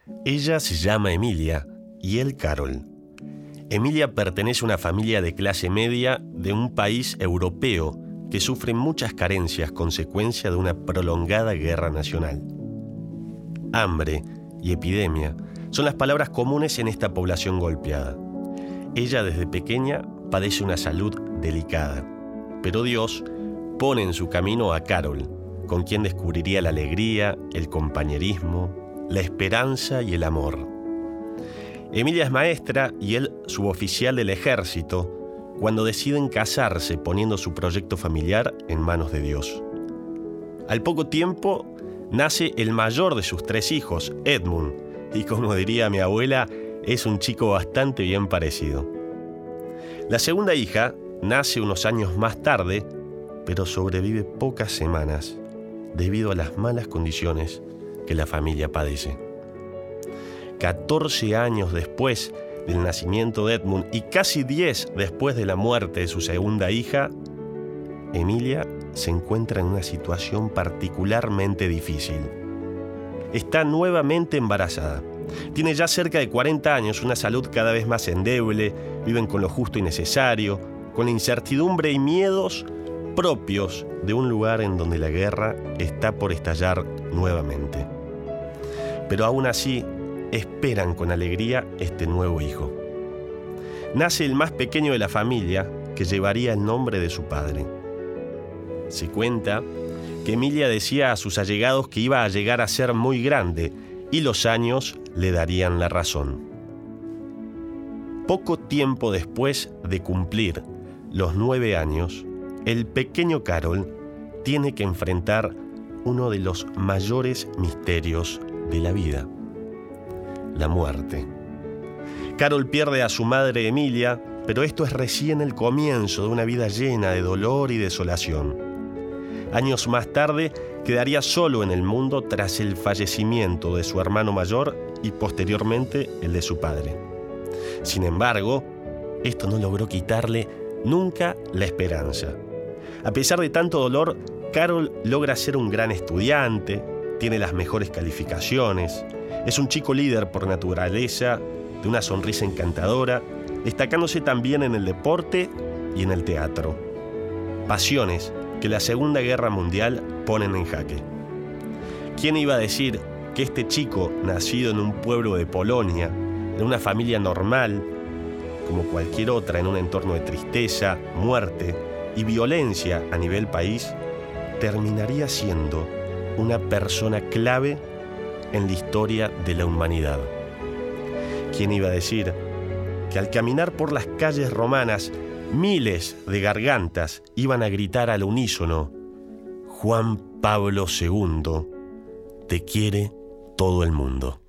Ella se llama Emilia y él Carol. Emilia pertenece a una familia de clase media de un país europeo que sufre muchas carencias consecuencia de una prolongada guerra nacional. Hambre y epidemia son las palabras comunes en esta población golpeada. Ella desde pequeña padece una salud delicada, pero Dios pone en su camino a Carol, con quien descubriría la alegría, el compañerismo, la esperanza y el amor. Emilia es maestra y él suboficial del ejército cuando deciden casarse poniendo su proyecto familiar en manos de Dios. Al poco tiempo nace el mayor de sus 3 hijos, Edmund, y como diría mi abuela, es un chico bastante bien parecido. La segunda hija nace unos años más tarde, pero sobrevive pocas semanas debido a las malas condiciones que la familia padece. 14 años después del nacimiento de Edmund y casi 10 después de la muerte de su segunda hija, Emilia se encuentra en una situación particularmente difícil. Está nuevamente embarazada. Tiene ya cerca de 40 años, una salud cada vez más endeble, viven con lo justo y necesario, con la incertidumbre y miedos propios de un lugar en donde la guerra está por estallar nuevamente. Pero aún así, esperan con alegría este nuevo hijo. Nace el más pequeño de la familia, que llevaría el nombre de su padre. Se cuenta que Emilia decía a sus allegados que iba a llegar a ser muy grande y los años le darían la razón. Poco tiempo después de cumplir los 9 años, el pequeño Carol tiene que enfrentar uno de los mayores misterios de la vida: la muerte. Carol pierde a su madre Emilia, pero esto es recién el comienzo de una vida llena de dolor y desolación. Años más tarde quedaría solo en el mundo tras el fallecimiento de su hermano mayor y posteriormente el de su padre. Sin embargo, esto no logró quitarle nunca la esperanza. A pesar de tanto dolor, Carol logra ser un gran estudiante, tiene las mejores calificaciones, es un chico líder por naturaleza, de una sonrisa encantadora, destacándose también en el deporte y en el teatro. Pasiones que la Segunda Guerra Mundial ponen en jaque. ¿Quién iba a decir que este chico, nacido en un pueblo de Polonia, en una familia normal, como cualquier otra, en un entorno de tristeza, muerte y violencia a nivel país, terminaría siendo una persona clave en la historia de la humanidad? ¿Quién iba a decir que al caminar por las calles romanas, miles de gargantas iban a gritar al unísono: Juan Pablo II, te quiere todo el mundo?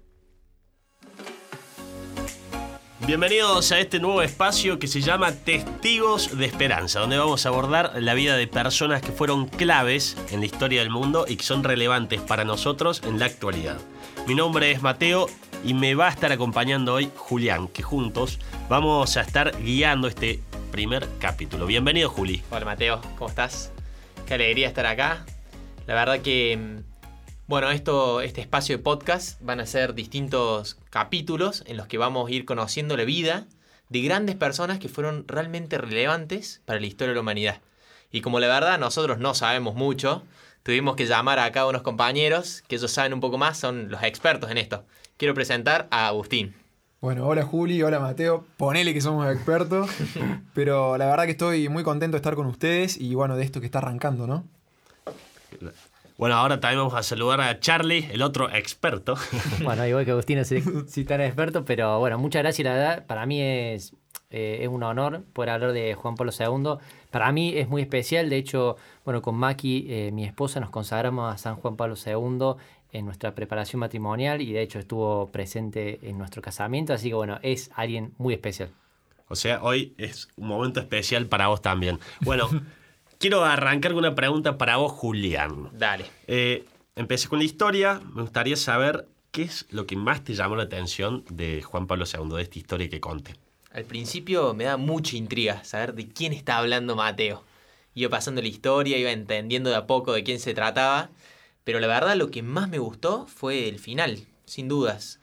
Bienvenidos a este nuevo espacio que se llama Testigos de Esperanza, donde vamos a abordar la vida de personas que fueron claves en la historia del mundo y que son relevantes para nosotros en la actualidad. Mi nombre es Mateo y me va a estar acompañando hoy Julián, que juntos vamos a estar guiando este primer capítulo. Bienvenido, Juli. Hola, Mateo, ¿cómo estás? Qué alegría estar acá. La verdad que, bueno, este espacio de podcast van a ser distintos capítulos en los que vamos a ir conociendo la vida de grandes personas que fueron realmente relevantes para la historia de la humanidad. Y como la verdad nosotros no sabemos mucho, tuvimos que llamar a acá a unos compañeros que ellos saben un poco más, son los expertos en esto. Quiero presentar a Agustín. Bueno, hola Juli, hola Mateo, ponele que somos expertos, pero la verdad que estoy muy contento de estar con ustedes y bueno, de esto que está arrancando, ¿no? Bueno, ahora también vamos a saludar a Charlie, el otro experto. Bueno, igual que Agustín, no sé si tan experto, pero bueno, muchas gracias, la verdad, para mí es un honor poder hablar de Juan Pablo II. Para mí es muy especial, de hecho, bueno, con Maki, mi esposa, nos consagramos a San Juan Pablo II en nuestra preparación matrimonial y de hecho estuvo presente en nuestro casamiento, así que bueno, es alguien muy especial. O sea, hoy es un momento especial para vos también. Bueno, quiero arrancar con una pregunta para vos, Julián. Dale. Empecé con la historia, me gustaría saber qué es lo que más te llamó la atención de Juan Pablo II, de esta historia que conté. Al principio me da mucha intriga saber de quién está hablando Mateo. Iba pasando la historia, iba entendiendo de a poco de quién se trataba, pero la verdad lo que más me gustó fue el final, sin dudas.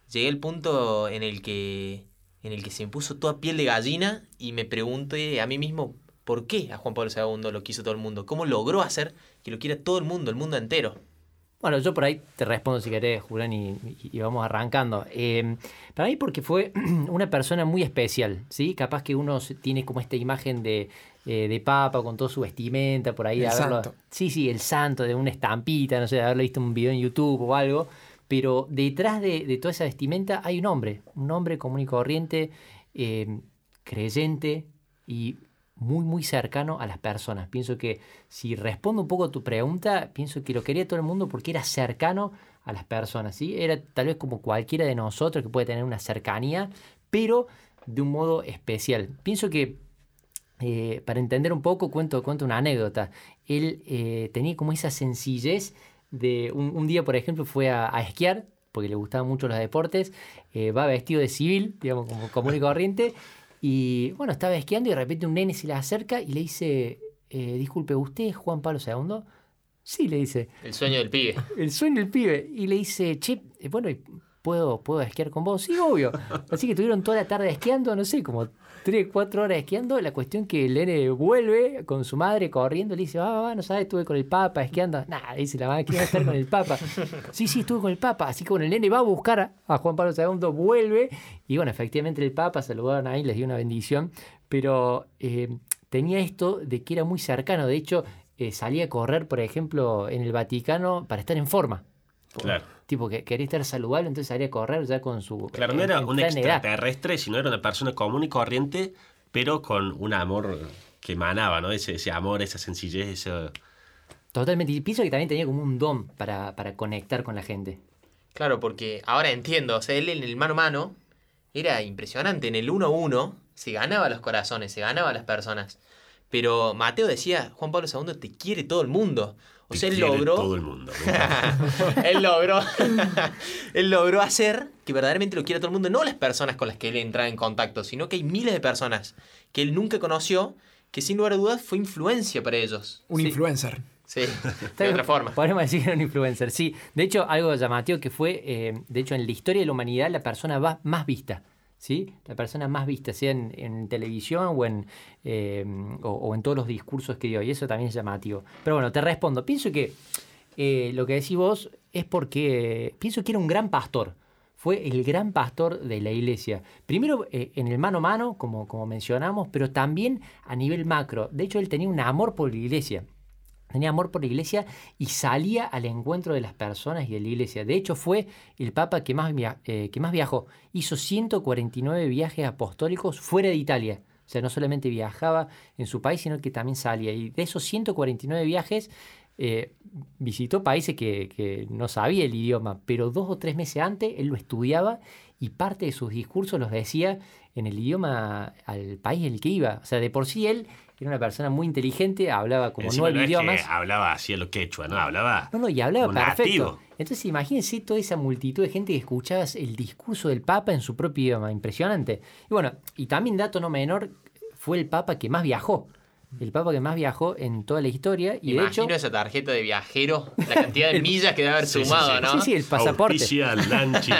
llegué al punto en el que se me puso toda piel de gallina y me pregunté a mí mismo por qué a Juan Pablo II lo quiso todo el mundo. ¿Cómo logró hacer que lo quiera todo el mundo entero? Bueno, yo por ahí te respondo si querés, Julián, y vamos arrancando. Para mí porque fue una persona muy especial, ¿sí? Capaz que uno tiene como esta imagen de papa con toda su vestimenta, por ahí. El santo. Sí, el santo, de una estampita, no sé, de haberlo visto en un video en YouTube o algo. Pero detrás de toda esa vestimenta hay un hombre común y corriente, creyente y muy, muy cercano a las personas. Pienso que si respondo un poco a tu pregunta, pienso que lo quería todo el mundo porque era cercano a las personas, ¿sí? Era tal vez como cualquiera de nosotros que puede tener una cercanía, pero de un modo especial. Pienso que, para entender un poco, cuento una anécdota. Él tenía como esa sencillez de un día, por ejemplo, fue a esquiar, porque le gustaban mucho los deportes, va vestido de civil, digamos, como común y corriente, y bueno, estaba esquiando y de repente un nene se le acerca y le dice, disculpe, ¿usted es Juan Pablo II? Sí, le dice. El sueño del pibe. El sueño del pibe. Y le dice, che, bueno, ¿puedo esquiar con vos? Sí, obvio. Así que tuvieron toda la tarde esquiando, no sé, como 3-4 horas esquiando. La cuestión que el nene vuelve con su madre corriendo, le dice, va, no sabes, estuve con el Papa esquiando. Nah, dice la madre, ¿quién va a estar con el Papa? Sí, estuve con el Papa. Así que bueno, el nene va a buscar a Juan Pablo II, vuelve. Y bueno, efectivamente el Papa saludaron ahí, les dio una bendición. Pero tenía esto de que era muy cercano. De hecho, salía a correr, por ejemplo, en el Vaticano para estar en forma. Claro. Tipo, que quería estar saludable, entonces salía a correr ya con su... Claro, no era un extraterrestre, sino era una persona común y corriente, pero con un amor que emanaba, ¿no? Ese amor, esa sencillez, eso... Totalmente. Y pienso que también tenía como un don para conectar con la gente. Claro, porque ahora entiendo, o sea, él en el mano a mano era impresionante. En el 1-1 se ganaba los corazones, se ganaba las personas. Pero Mateo decía, Juan Pablo II te quiere todo el mundo. O sea, él logró... todo el mundo. él logró hacer que verdaderamente lo quiera todo el mundo. No las personas con las que él entraba en contacto, sino que hay miles de personas que él nunca conoció, que sin lugar a dudas fue influencia para ellos. Un influencer. Sí, de otra forma. Podríamos decir que era un influencer, sí. De hecho, algo llamativo que fue, de hecho, en la historia de la humanidad, la persona más vista. ¿Sí? La persona más vista, sea en televisión o en todos los discursos que dio, y eso también es llamativo. Pero bueno, te respondo. Pienso que lo que decís vos es porque pienso que era un gran pastor. Fue el gran pastor de la iglesia. Primero en el mano a mano, como mencionamos, pero también a nivel macro. De hecho, él tenía un amor por la iglesia. Tenía amor por la iglesia y salía al encuentro de las personas y de la iglesia. De hecho, fue el papa que más viajó. Hizo 149 viajes apostólicos fuera de Italia. O sea, no solamente viajaba en su país, sino que también salía. Y de esos 149 viajes, visitó países que no sabía el idioma, pero 2 o 3 meses antes él lo estudiaba y parte de sus discursos los decía en el idioma al país en el que iba. O sea, de por sí él era una persona muy inteligente, hablaba como 9 idiomas. Hablaba así en lo quechua, ¿no? Hablaba. No, y hablaba perfecto. Nativo. Entonces imagínense toda esa multitud de gente que escuchaba el discurso del Papa en su propio idioma. Impresionante. Y bueno, y también dato no menor, fue el Papa que más viajó. El Papa que más viajó en toda la historia. Y imagino de hecho, esa tarjeta de viajero, la cantidad de millas que debe haber sumado, ¿no? Sí, el pasaporte. Auspicia Lanchi.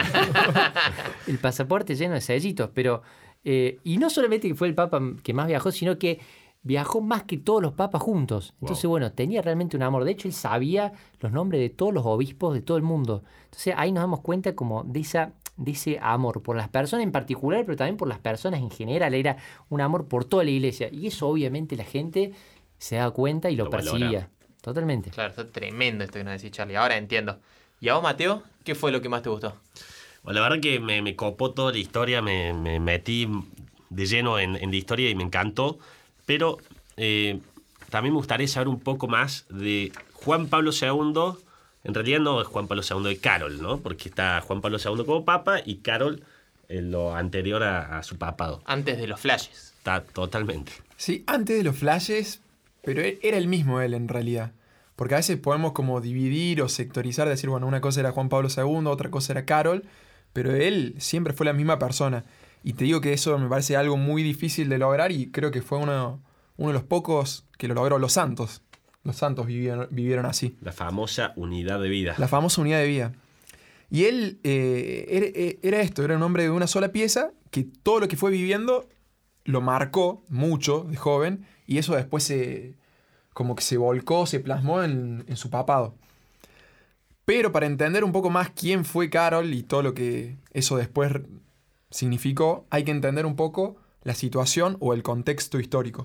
El pasaporte lleno de sellitos. Pero, y no solamente que fue el Papa que más viajó, sino que viajó más que todos los papas juntos. Entonces, bueno, tenía realmente un amor. De hecho, él sabía los nombres de todos los obispos de todo el mundo. Entonces, ahí nos damos cuenta como de ese amor por las personas en particular, pero también por las personas en general. Era un amor por toda la iglesia. Y eso, obviamente, la gente se da cuenta y lo percibía. Valora. Totalmente. Claro, está tremendo esto que nos decís, Charlie. Ahora entiendo. ¿Y a vos, Mateo? ¿Qué fue lo que más te gustó? Bueno, la verdad que me copó toda la historia. Me metí de lleno en la historia y me encantó. Pero también me gustaría saber un poco más de Juan Pablo II. En realidad no es Juan Pablo II de Carol, ¿no? Porque está Juan Pablo II como papa y Carol en lo anterior a su papado. Antes de los flashes. Está totalmente. Sí, antes de los flashes, pero era el mismo él en realidad. Porque a veces podemos como dividir o sectorizar, decir, bueno, una cosa era Juan Pablo II, otra cosa era Carol, pero él siempre fue la misma persona. Y te digo que eso me parece algo muy difícil de lograr y creo que fue uno de los pocos que lo logró. Los santos. Los santos vivieron así. La famosa unidad de vida. La famosa unidad de vida. Y él era esto, era un hombre de una sola pieza que todo lo que fue viviendo lo marcó mucho de joven y eso después como que se volcó, se plasmó en su papado. Pero para entender un poco más quién fue Carol y todo lo que eso después significó, hay que entender un poco la situación o el contexto histórico.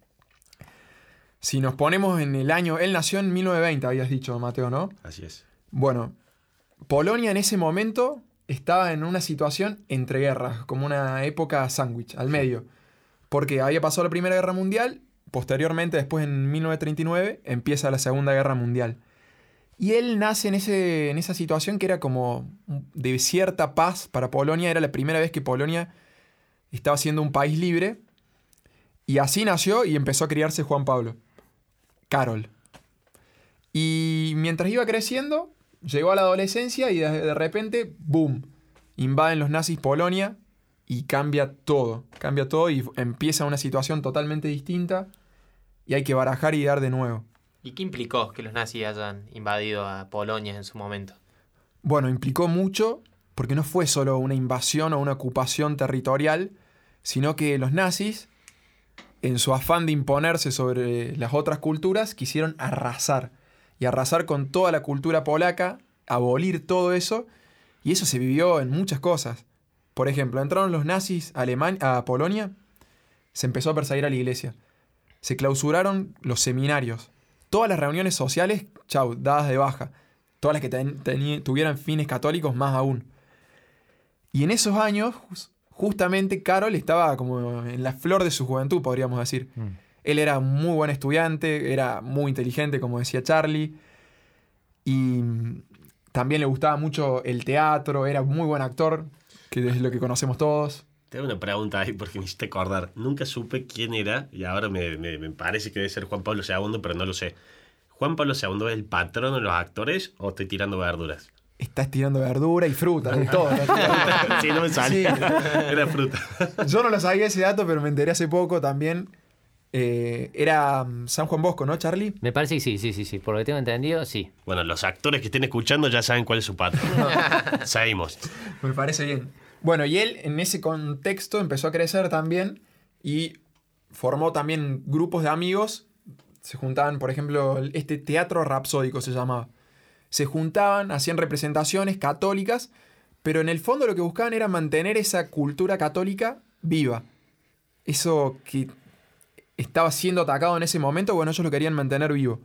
Si nos ponemos en el año... Él nació en 1920, habías dicho, Mateo, ¿no? Así es. Bueno, Polonia en ese momento estaba en una situación entre guerras, como una época sándwich, al medio. Porque había pasado la Primera Guerra Mundial, posteriormente, después en 1939, empieza la Segunda Guerra Mundial. Y él nace en esa situación que era como de cierta paz para Polonia. Era la primera vez que Polonia estaba siendo un país libre. Y así nació y empezó a criarse Juan Pablo. Carol. Y mientras iba creciendo, llegó a la adolescencia y de repente, ¡boom! Invaden los nazis Polonia y cambia todo. Cambia todo y empieza una situación totalmente distinta y hay que barajar y dar de nuevo. ¿Y qué implicó que los nazis hayan invadido a Polonia en su momento? Bueno, implicó mucho porque no fue solo una invasión o una ocupación territorial, sino que los nazis, en su afán de imponerse sobre las otras culturas, quisieron arrasar. Y arrasar con toda la cultura polaca, abolir todo eso, y eso se vivió en muchas cosas. Por ejemplo, entraron los nazis a Polonia, se empezó a perseguir a la iglesia. Se clausuraron los seminarios. Todas las reuniones sociales, dadas de baja. Todas las que tuvieran fines católicos, más aún. Y en esos años, justamente Carol estaba como en la flor de su juventud, podríamos decir. Él era un muy buen estudiante, era muy inteligente, como decía Charlie. Y también le gustaba mucho el teatro, era muy buen actor, que es lo que conocemos todos. Tengo una pregunta ahí porque me hiciste acordar. Nunca supe quién era y ahora me parece que debe ser Juan Pablo II, pero no lo sé. ¿Juan Pablo II es el patrón de los actores o estoy tirando verduras? Estás tirando verdura y fruta, de todo. Sí, no me salía. Sí. Era fruta. Yo no lo sabía ese dato, pero me enteré hace poco también. Era San Juan Bosco, ¿no, Charlie? Me parece que sí. Por lo que tengo entendido, sí. Bueno, los actores que estén escuchando ya saben cuál es su patrón. Seguimos. Me parece bien. Bueno, y él en ese contexto empezó a crecer también y formó también grupos de amigos. Se juntaban, por ejemplo, este teatro rapsódico se llamaba. Se juntaban, hacían representaciones católicas, pero en el fondo lo que buscaban era mantener esa cultura católica viva. Eso que estaba siendo atacado en ese momento, bueno, ellos lo querían mantener vivo.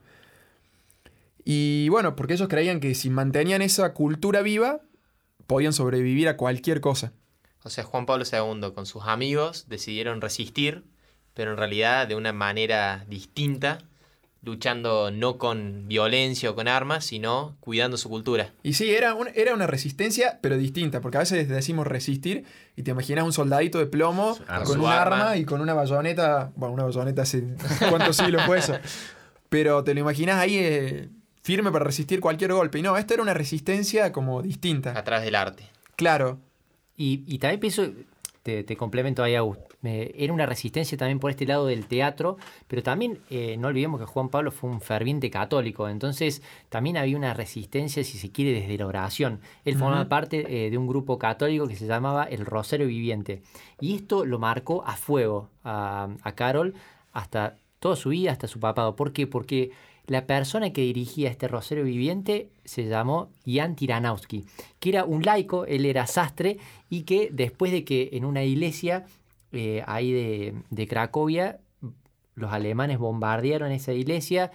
Y bueno, porque ellos creían que si mantenían esa cultura viva, podían sobrevivir a cualquier cosa. O sea, Juan Pablo II con sus amigos decidieron resistir, pero en realidad de una manera distinta, luchando no con violencia o con armas, sino cuidando su cultura. Y sí, era una resistencia, pero distinta, porque a veces decimos resistir y te imaginas un soldadito de plomo con un arma y con una bayoneta. Bueno, una bayoneta hace cuántos siglos fue eso. Pero te lo imaginas ahí firme para resistir cualquier golpe. Y no, esta era una resistencia como distinta. A través del arte. Claro. Y también pienso, te complemento ahí, August. Era una resistencia también por este lado del teatro, pero también no olvidemos que Juan Pablo fue un ferviente católico, entonces también había una resistencia, si se quiere, desde la oración. Él formaba parte de un grupo católico que se llamaba el Rosario Viviente, y esto lo marcó a fuego a Carol hasta toda su vida, hasta su papado. ¿Por qué? Porque la persona que dirigía este Rosario Viviente se llamó Jan Tyranowski, que era un laico, él era sastre, y que después de que en una iglesia ahí de Cracovia, los alemanes bombardearon esa iglesia,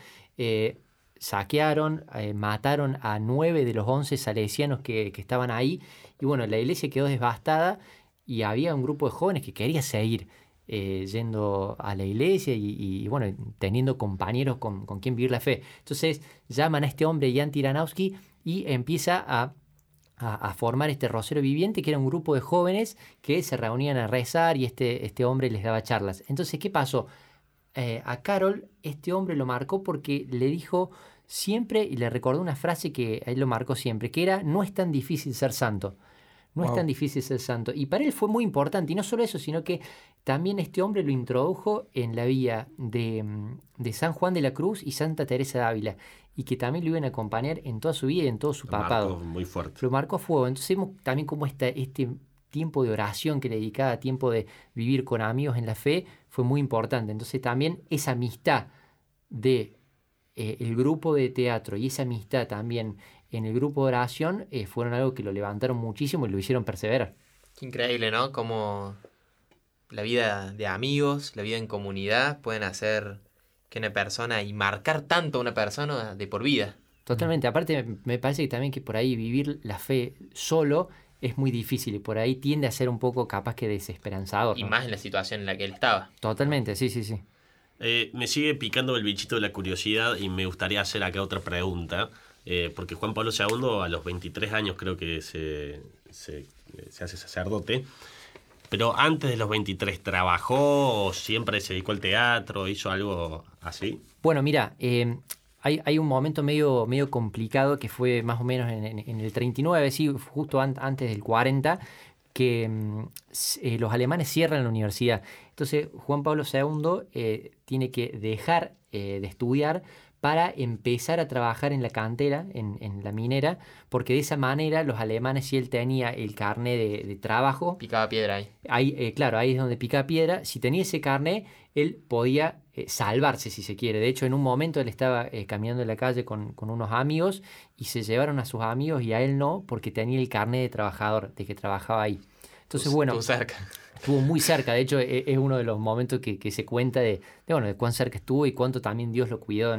saquearon, mataron a 9 de los 11 salesianos que estaban ahí, y bueno, la iglesia quedó devastada y había un grupo de jóvenes que quería seguir yendo a la iglesia y bueno, teniendo compañeros con quien vivir la fe. Entonces llaman a este hombre Jan Tyranowski y empieza a formar este Rosario Viviente, que era un grupo de jóvenes que se reunían a rezar y este hombre les daba charlas. Entonces, ¿qué pasó? A Carol este hombre lo marcó porque le dijo siempre y le recordó una frase que a él lo marcó siempre, que era: no es tan difícil ser santo. No es tan difícil ser santo. Y para él fue muy importante. Y no solo eso, sino que también este hombre lo introdujo en la vía de San Juan de la Cruz y Santa Teresa de Ávila. y que también lo iban a acompañar en toda su vida y en todo su papado. Marcó muy fuerte. Lo marcó a fuego. Entonces vemos también como este tiempo de oración que le dedicaba, tiempo de vivir con amigos en la fe, fue muy importante. Entonces también esa amistad de el grupo de teatro y esa amistad también en el grupo de oración fueron algo que lo levantaron muchísimo y lo hicieron perseverar. Qué increíble, ¿no? Como la vida de amigos, la vida en comunidad pueden hacer que una persona y marcar tanto a una persona de por vida. Totalmente. Aparte, me parece que también que por ahí vivir la fe solo es muy difícil y por ahí tiende a ser un poco capaz que desesperanzador, Y ¿no? más en la situación en la que él estaba. Totalmente, sí, sí, sí. Me sigue picando el bichito de la curiosidad y me gustaría hacer acá otra pregunta, porque Juan Pablo II a los 23 años creo que se hace sacerdote, pero antes de los 23, ¿trabajó o siempre se dedicó al teatro? ¿Hizo algo así? Bueno, mira, hay un momento medio complicado que fue más o menos en el 39, sí, justo antes del 40, que los alemanes cierran la universidad. Entonces Juan Pablo II tiene que dejar de estudiar para empezar a trabajar en la cantera, en la minera, porque de esa manera los alemanes, si él tenía el carné de trabajo, Picaba piedra ahí. ahí, claro, ahí es donde pica piedra, si tenía ese carné, él podía salvarse, si se quiere. De hecho, en un momento él estaba caminando en la calle con unos amigos y se llevaron a sus amigos y a él no, porque tenía el carné de trabajador, de que trabajaba ahí. Entonces, bueno, Estuvo cerca. estuvo muy cerca. De hecho, es uno de los momentos que se cuenta de cuán cerca estuvo y cuánto también Dios lo cuidó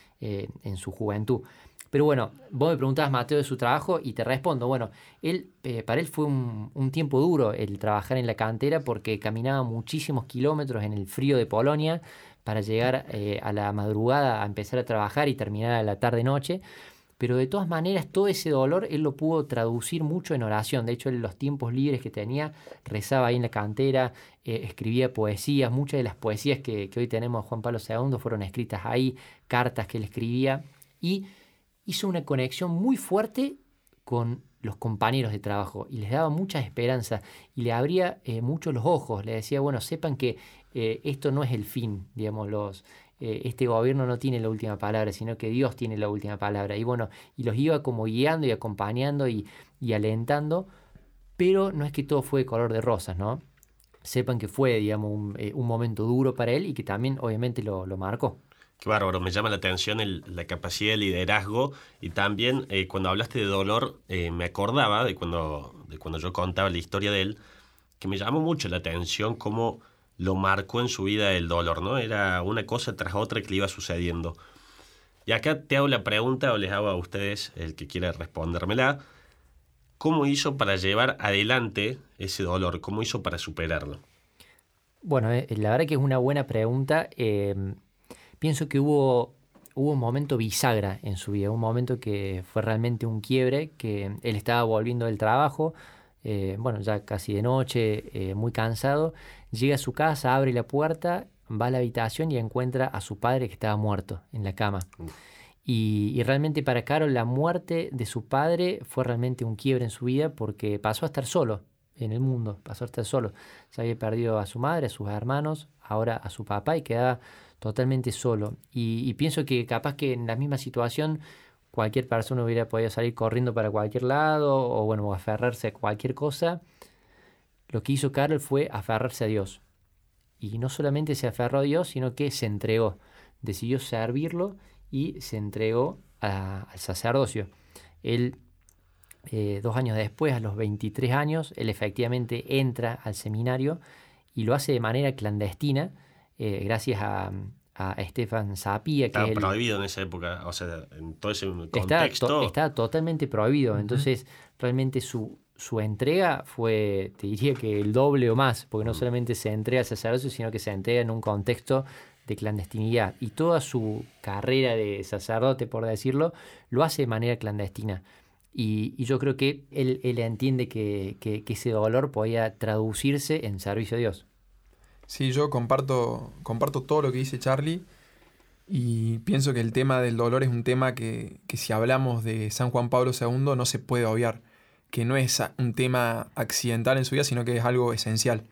en su juventud. Pero bueno, vos me preguntabas, Mateo, de su trabajo y te respondo. Bueno, para él fue un tiempo duro el trabajar en la cantera porque caminaba muchísimos kilómetros en el frío de Polonia para llegar a la madrugada a empezar a trabajar y terminar a la tarde-noche. Pero de todas maneras, todo ese dolor él lo pudo traducir mucho en oración. De hecho, en los tiempos libres que tenía, rezaba ahí en la cantera, escribía poesías. Muchas de las poesías que hoy tenemos de Juan Pablo II fueron escritas ahí, cartas que él escribía. Y hizo una conexión muy fuerte con los compañeros de trabajo y les daba mucha esperanza y le abría mucho los ojos. Le decía, bueno, sepan que esto no es el fin, digamos, este gobierno no tiene la última palabra, sino que Dios tiene la última palabra. Y bueno, y los iba como guiando y acompañando y alentando, pero no es que todo fue de color de rosas, ¿no? Sepan que fue, digamos, un momento duro para él y que también obviamente lo marcó. Qué bárbaro, me llama la atención la capacidad de liderazgo y también cuando hablaste de dolor me acordaba de cuando yo contaba la historia de él, que me llamó mucho la atención cómo lo marcó en su vida el dolor, ¿no? Era una cosa tras otra que le iba sucediendo. Y acá te hago la pregunta, o les hago a ustedes, el que quiera respondérmela, ¿cómo hizo para llevar adelante ese dolor? ¿Cómo hizo para superarlo? Bueno, la verdad que es una buena pregunta. Pienso que hubo un momento bisagra en su vida, un momento que fue realmente un quiebre, que él estaba volviendo del trabajo, ya casi de noche, muy cansado, llega a su casa, abre la puerta, va a la habitación y encuentra a su padre que estaba muerto en la cama. Y realmente para Carol la muerte de su padre fue realmente un quiebre en su vida porque pasó a estar solo en el mundo, pasó a estar solo. Se había perdido a su madre, a sus hermanos, ahora a su papá y quedaba totalmente solo. Y pienso que capaz que en la misma situación cualquier persona hubiera podido salir corriendo para cualquier lado o aferrarse a cualquier cosa. Lo que hizo Carol fue aferrarse a Dios. Y no solamente se aferró a Dios, sino que se entregó. Decidió servirlo y se entregó al sacerdocio. Él, 2 años después, a los 23 años, él efectivamente entra al seminario y lo hace de manera clandestina, gracias a Stefan Sapia. Estaba prohibido en esa época, o sea, en todo ese contexto. Está totalmente prohibido. Entonces, realmente su entrega fue, te diría que el doble o más, porque no solamente se entrega al sacerdocio, sino que se entrega en un contexto de clandestinidad. Y toda su carrera de sacerdote, por decirlo, lo hace de manera clandestina. Y yo creo que él entiende que ese dolor podía traducirse en servicio a Dios. Sí, yo comparto todo lo que dice Charlie y pienso que el tema del dolor es un tema que si hablamos de San Juan Pablo II no se puede obviar, que no es un tema accidental en su vida, sino que es algo esencial.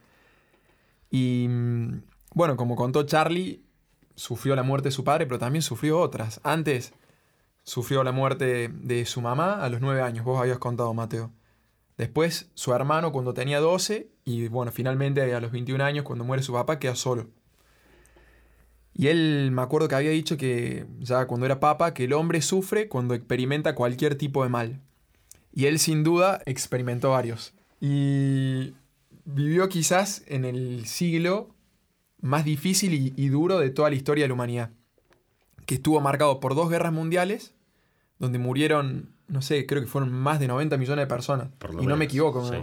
Y bueno, como contó Charlie, sufrió la muerte de su padre, pero también sufrió otras. Antes sufrió la muerte de su mamá a los 9 años, vos habías contado, Mateo. Después su hermano cuando tenía 12 y bueno, finalmente a los 21 años cuando muere su papá queda solo. Y él me acuerdo que había dicho que ya cuando era papa que el hombre sufre cuando experimenta cualquier tipo de mal. Y él sin duda experimentó varios. Y vivió quizás en el siglo más difícil y duro de toda la historia de la humanidad, que estuvo marcado por 2 guerras mundiales, donde murieron, no sé, creo que fueron más de 90 millones de personas. Y no me equivoco. Sí. ¿No?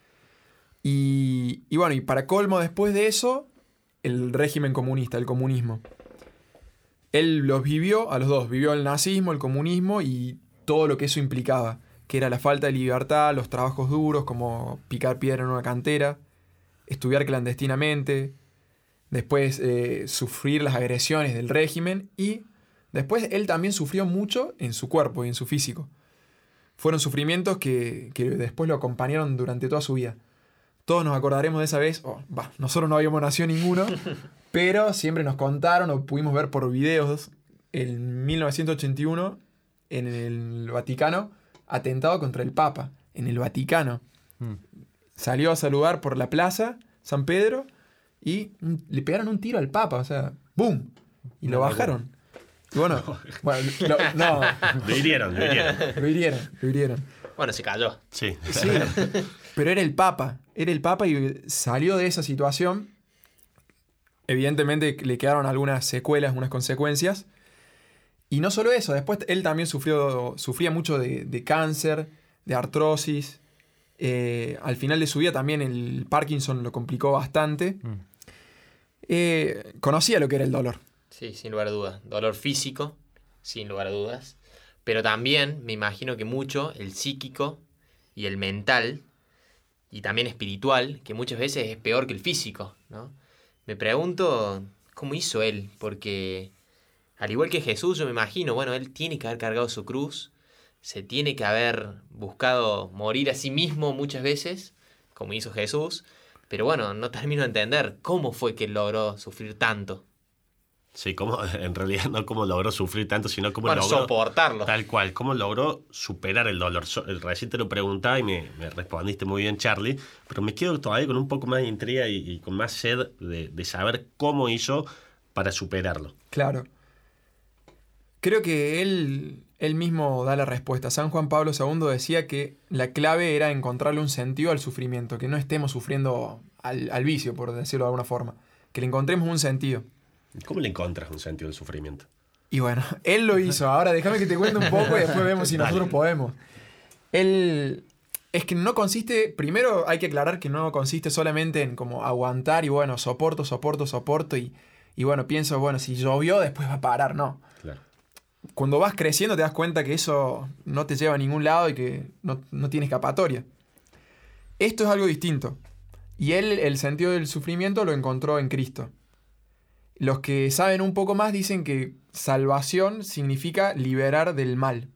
Y bueno, y para colmo después de eso, el régimen comunista, el comunismo. Él los vivió, a los dos, vivió el nazismo, el comunismo y todo lo que eso implicaba, que era la falta de libertad, los trabajos duros como picar piedra en una cantera, estudiar clandestinamente, después sufrir las agresiones del régimen y después él también sufrió mucho en su cuerpo y en su físico. Fueron sufrimientos que después lo acompañaron durante toda su vida. Todos nos acordaremos de esa vez, nosotros no habíamos nacido ninguno, pero siempre nos contaron o pudimos ver por videos en 1981 en el Vaticano, atentado contra el Papa, en el Vaticano. Salió a saludar por la plaza San Pedro y le pegaron un tiro al Papa, o sea, ¡boom! Y lo bajaron. Y bueno, no. Lo hirieron. Lo hirieron. Bueno, se cayó. Sí. Sí, pero era el Papa y salió de esa situación. Evidentemente le quedaron algunas secuelas, unas consecuencias. Y no solo eso, después él también sufría mucho de cáncer, de artrosis. Al final de su vida también el Parkinson lo complicó bastante. Conocía lo que era el dolor. Sí, sin lugar a dudas. Dolor físico, sin lugar a dudas. Pero también me imagino que mucho el psíquico y el mental y también espiritual, que muchas veces es peor que el físico, ¿no? Me pregunto cómo hizo él, porque al igual que Jesús, yo me imagino, bueno, él tiene que haber cargado su cruz, se tiene que haber buscado morir a sí mismo muchas veces, como hizo Jesús, pero bueno, no termino de entender cómo fue que él logró sufrir tanto. Sí, en realidad no cómo logró sufrir tanto, sino cómo bueno, logró soportarlo. Tal cual, cómo logró superar el dolor. Recién te lo preguntaba y me respondiste muy bien, Charlie, pero me quedo todavía con un poco más de intriga y con más sed de saber cómo hizo para superarlo. Claro. Creo que él mismo da la respuesta. San Juan Pablo II decía que la clave era encontrarle un sentido al sufrimiento, que no estemos sufriendo al vicio, por decirlo de alguna forma, que le encontremos un sentido. ¿Cómo le encontras un sentido al sufrimiento? Y bueno, él lo hizo. Ahora déjame que te cuente un poco y después vemos si nosotros podemos. Él... Es que no consiste... Primero hay que aclarar que no consiste solamente en como aguantar y bueno, soporto y bueno, pienso, bueno, si llovió después va a parar. No. Claro. Cuando vas creciendo te das cuenta que eso no te lleva a ningún lado y que no tiene escapatoria. Esto es algo distinto. Y él el sentido del sufrimiento lo encontró en Cristo. Los que saben un poco más dicen que salvación significa liberar del mal.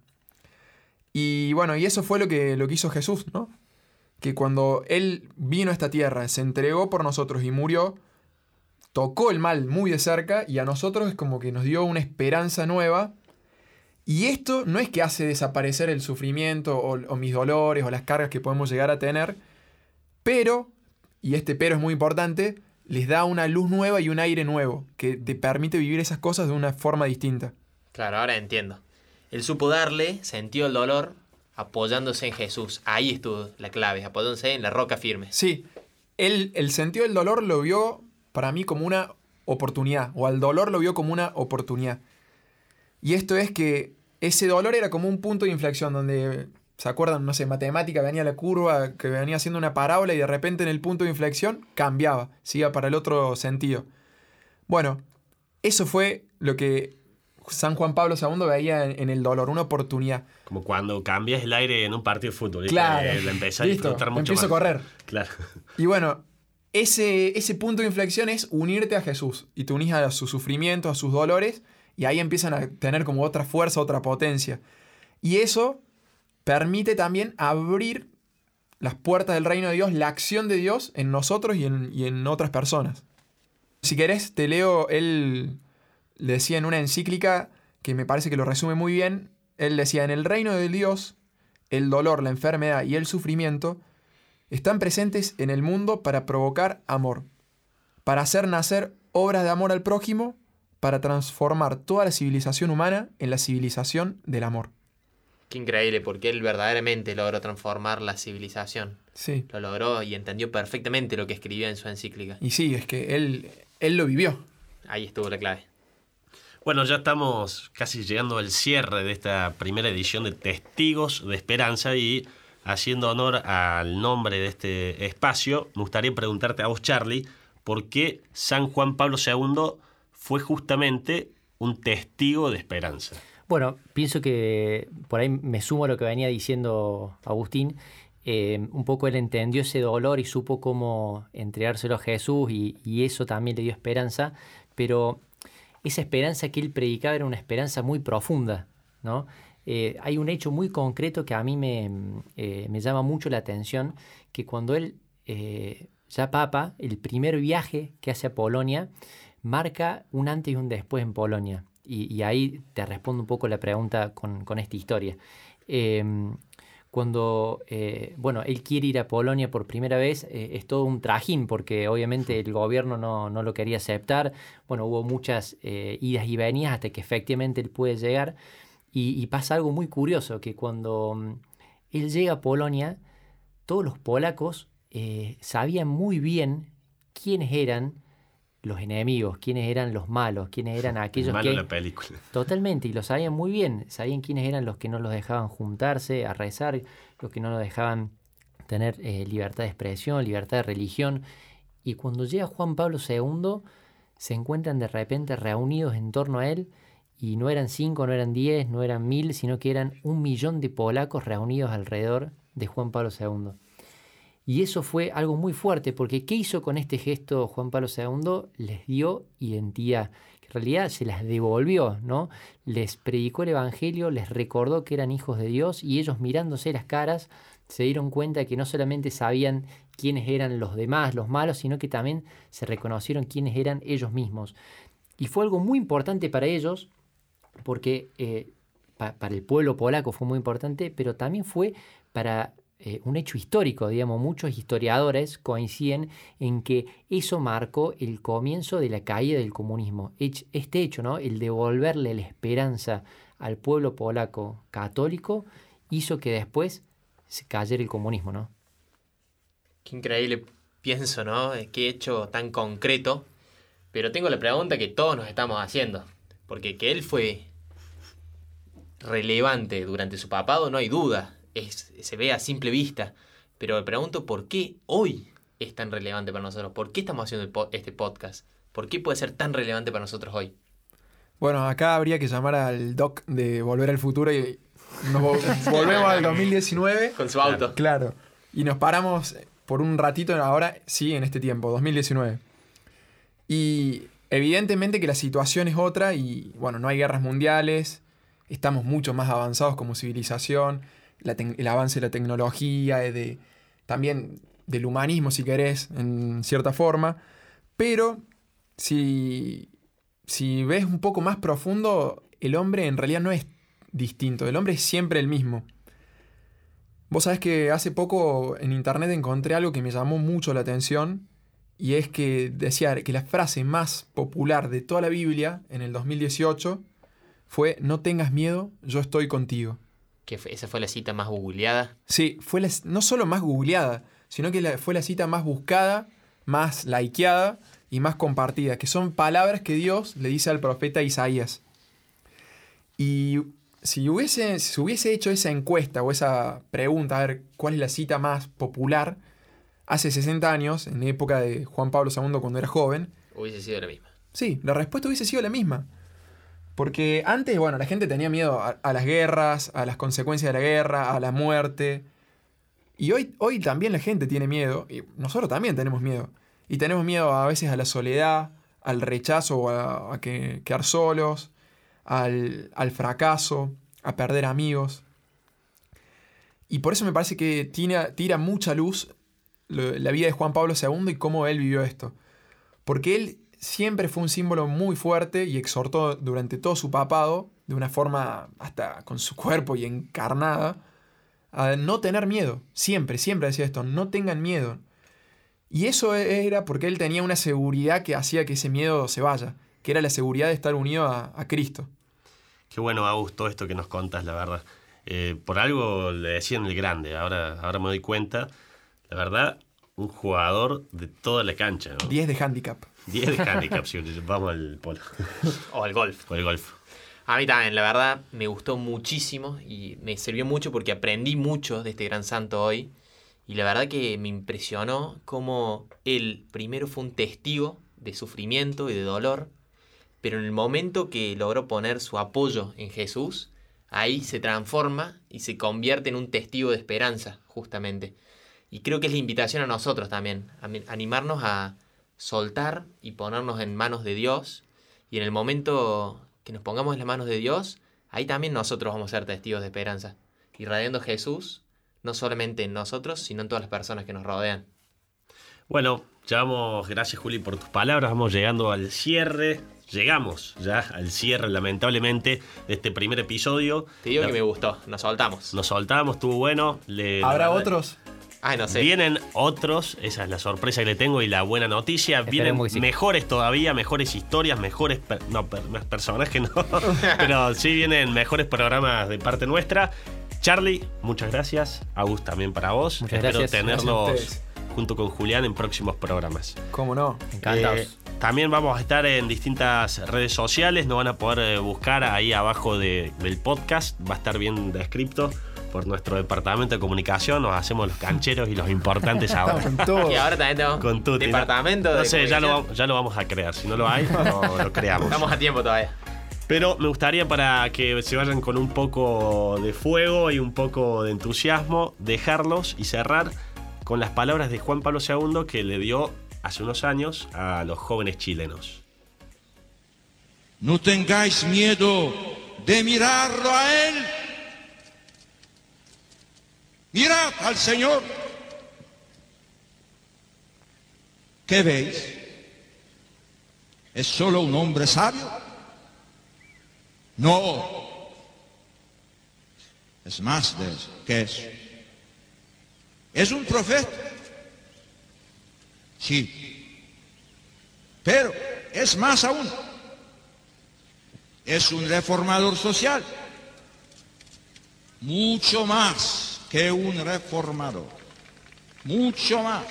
Y bueno, y eso fue lo que hizo Jesús, ¿no? Que cuando Él vino a esta tierra, se entregó por nosotros y murió, tocó el mal muy de cerca y a nosotros es como que nos dio una esperanza nueva. Y esto no es que hace desaparecer el sufrimiento o mis dolores o las cargas que podemos llegar a tener, pero, y este pero es muy importante, les da una luz nueva y un aire nuevo, que te permite vivir esas cosas de una forma distinta. Claro, ahora entiendo. Él supo darle sentido al dolor apoyándose en Jesús. Ahí estuvo la clave, apoyándose en la roca firme. Sí, él el sentido del dolor lo vio para mí como una oportunidad, o al dolor lo vio como una oportunidad. Y esto es que ese dolor era como un punto de inflexión donde... ¿Se acuerdan? No sé, matemática, venía la curva que venía haciendo una parábola y de repente en el punto de inflexión cambiaba, se iba para el otro sentido. Bueno, eso fue lo que San Juan Pablo II veía en el dolor, una oportunidad. Como cuando cambias el aire en un partido de fútbol. Claro. La empezás a disfrutar mucho empiezo más. a correr. Claro. Y bueno, ese punto de inflexión es unirte a Jesús y te unís a sus sufrimientos, a sus dolores y ahí empiezan a tener como otra fuerza, otra potencia. Y eso permite también abrir las puertas del reino de Dios, la acción de Dios en nosotros y en otras personas. Si querés, te leo, él decía en una encíclica que me parece que lo resume muy bien, él decía, en el reino de Dios, el dolor, la enfermedad y el sufrimiento están presentes en el mundo para provocar amor, para hacer nacer obras de amor al prójimo, para transformar toda la civilización humana en la civilización del amor. Qué increíble, porque él verdaderamente logró transformar la civilización. Sí. Lo logró y entendió perfectamente lo que escribía en su encíclica. Y sí, es que él lo vivió. Ahí estuvo la clave. Bueno, ya estamos casi llegando al cierre de esta primera edición de Testigos de Esperanza y haciendo honor al nombre de este espacio, me gustaría preguntarte a vos, Charlie, ¿por qué San Juan Pablo II fue justamente un testigo de esperanza? Bueno, pienso que por ahí me sumo a lo que venía diciendo Agustín. Un poco él entendió ese dolor y supo cómo entregárselo a Jesús y eso también le dio esperanza, pero esa esperanza que él predicaba era una esperanza muy profunda, ¿no? Hay un hecho muy concreto que a mí me llama mucho la atención, que cuando él, ya papa, el primer viaje que hace a Polonia, marca un antes y un después en Polonia. Y ahí te respondo un poco la pregunta con esta historia. Cuando él quiere ir a Polonia por primera vez, es todo un trajín, porque obviamente el gobierno no lo quería aceptar. Bueno, hubo muchas idas y venidas hasta que efectivamente él puede llegar. Y pasa algo muy curioso, que cuando él llega a Polonia, todos los polacos sabían muy bien quiénes eran los enemigos, quiénes eran los malos, quiénes eran aquellos malo que... la película. Totalmente, y lo sabían muy bien, sabían quiénes eran los que no los dejaban juntarse, a rezar, los que no los dejaban tener libertad de expresión, libertad de religión. Y cuando llega Juan Pablo II, se encuentran de repente reunidos en torno a él, y no eran 5, no eran 10, no eran 1000, sino que eran 1 millón de polacos reunidos alrededor de Juan Pablo II. Y eso fue algo muy fuerte, porque ¿qué hizo con este gesto Juan Pablo II? Les dio identidad, que en realidad se las devolvió, ¿no? Les predicó el Evangelio, les recordó que eran hijos de Dios, y ellos, mirándose las caras, se dieron cuenta que no solamente sabían quiénes eran los demás, los malos, sino que también se reconocieron quiénes eran ellos mismos. Y fue algo muy importante para ellos, porque para el pueblo polaco fue muy importante, pero también fue para un hecho histórico, digamos. Muchos historiadores coinciden en que eso marcó el comienzo de la caída del comunismo. Este hecho, ¿no?, el devolverle la esperanza al pueblo polaco católico, hizo que después se cayera el comunismo, ¿no? Qué increíble, pienso, ¿no? Qué hecho tan concreto. Pero tengo la pregunta que todos nos estamos haciendo. Porque que él fue relevante durante su papado, no hay duda. Se ve a simple vista. Pero me pregunto por qué hoy es tan relevante para nosotros. ¿Por qué estamos haciendo este podcast? ¿Por qué puede ser tan relevante para nosotros hoy? Bueno, acá habría que llamar al doc de Volver al Futuro y nos volvemos al 2019. Con su auto. Claro. Y nos paramos por un ratito ahora, sí, en este tiempo, 2019. Y evidentemente que la situación es otra y, bueno, no hay guerras mundiales, estamos mucho más avanzados como civilización, el avance de la tecnología, también del humanismo, si querés, en cierta forma. Pero si ves un poco más profundo, el hombre en realidad no es distinto, el hombre es siempre el mismo. Vos sabés que hace poco en internet encontré algo que me llamó mucho la atención, y es que decía que la frase más popular de toda la Biblia en el 2018 fue: no tengas miedo, yo estoy contigo. ¿Esa fue la cita más googleada? Sí, fue no solo más googleada, sino que fue la cita más buscada, más likeada y más compartida, que son palabras que Dios le dice al profeta Isaías. Y si se hubiese hecho esa encuesta o esa pregunta, a ver cuál es la cita más popular, hace 60 años, en época de Juan Pablo II cuando era joven, hubiese sido la misma. Sí, la respuesta hubiese sido la misma. Porque antes, bueno, la gente tenía miedo a las guerras, a las consecuencias de la guerra, a la muerte. Y hoy también la gente tiene miedo, y nosotros también tenemos miedo. Y tenemos miedo a veces a la soledad, al rechazo o a quedar solos, al fracaso, a perder amigos. Y por eso me parece que tira mucha luz la vida de Juan Pablo II y cómo él vivió esto. Porque él siempre fue un símbolo muy fuerte y exhortó durante todo su papado de una forma hasta con su cuerpo y encarnada, a no tener miedo. Siempre decía esto, no tengan miedo. Y eso era porque él tenía una seguridad que hacía que ese miedo se vaya, que era la seguridad de estar unido a Cristo. Qué bueno, Agus, todo esto que nos contas, la verdad. Por algo le decían el grande, ahora me doy cuenta. La verdad, un jugador de toda la cancha, ¿no? 10 de handicap. 10 de handicap, si vamos al polo. O al golf. O el golf. A mí también, la verdad, me gustó muchísimo y me sirvió mucho porque aprendí mucho de este gran santo hoy. Y la verdad que me impresionó cómo él primero fue un testigo de sufrimiento y de dolor, pero en el momento que logró poner su apoyo en Jesús, ahí se transforma y se convierte en un testigo de esperanza, justamente. Y creo que es la invitación a nosotros también, a animarnos a soltar y ponernos en manos de Dios. Y en el momento que nos pongamos en las manos de Dios, ahí también nosotros vamos a ser testigos de esperanza, irradiando a Jesús, no solamente en nosotros, sino en todas las personas que nos rodean. Bueno, gracias Juli por tus palabras, vamos llegando al cierre. Llegamos ya al cierre, lamentablemente, de este primer episodio. Te digo que me gustó, nos soltamos. Nos soltamos, estuvo bueno. ¿Habrá otros? Ay, no sé. Vienen otros, esa es la sorpresa que le tengo y la buena noticia. Vienen mejores todavía, mejores historias, mejores personajes, no. Pero sí vienen mejores programas de parte nuestra. Charlie, muchas gracias. Agus, también para vos. Muchas Espero gracias. tenerlos junto con Julián en próximos programas. ¿Cómo no? Encantados. También vamos a estar en distintas redes sociales. Nos van a poder buscar ahí abajo del podcast. Va a estar bien descrito por nuestro departamento de comunicación. Nos hacemos los cancheros y los importantes ahora. Estamos en todo. Y ahora también tenemos Con Tuti, departamento no de sé, ya comunicación. lo vamos a crear. Si no lo hay, no lo creamos. Estamos a tiempo todavía. Pero me gustaría, para que se vayan con un poco de fuego y un poco de entusiasmo, dejarlos y cerrar con las palabras de Juan Pablo II que le dio hace unos años a los jóvenes chilenos. No tengáis miedo de mirarlo a Él. Mirad al Señor. ¿Qué veis? ¿Es solo un hombre sabio? No. Es más de eso, que eso. ¿Es un profeta? Sí. Pero es más aún. Es un reformador social. Mucho más que un reformador. Mucho más.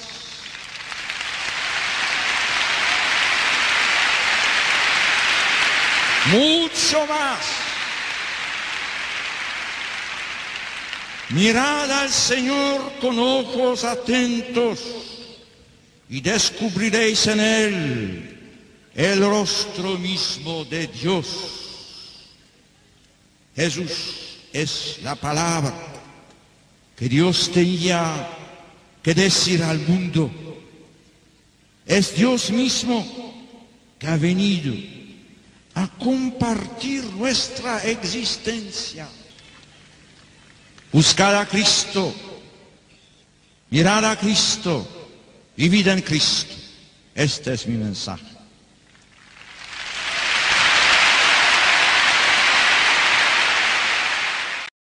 Mucho más. Mirad al Señor con ojos atentos y descubriréis en Él el rostro mismo de Dios. Jesús es la palabra que Dios tenía que decir al mundo. Es Dios mismo que ha venido a compartir nuestra existencia. Buscad a Cristo, mirad a Cristo y vida en Cristo. Este es mi mensaje.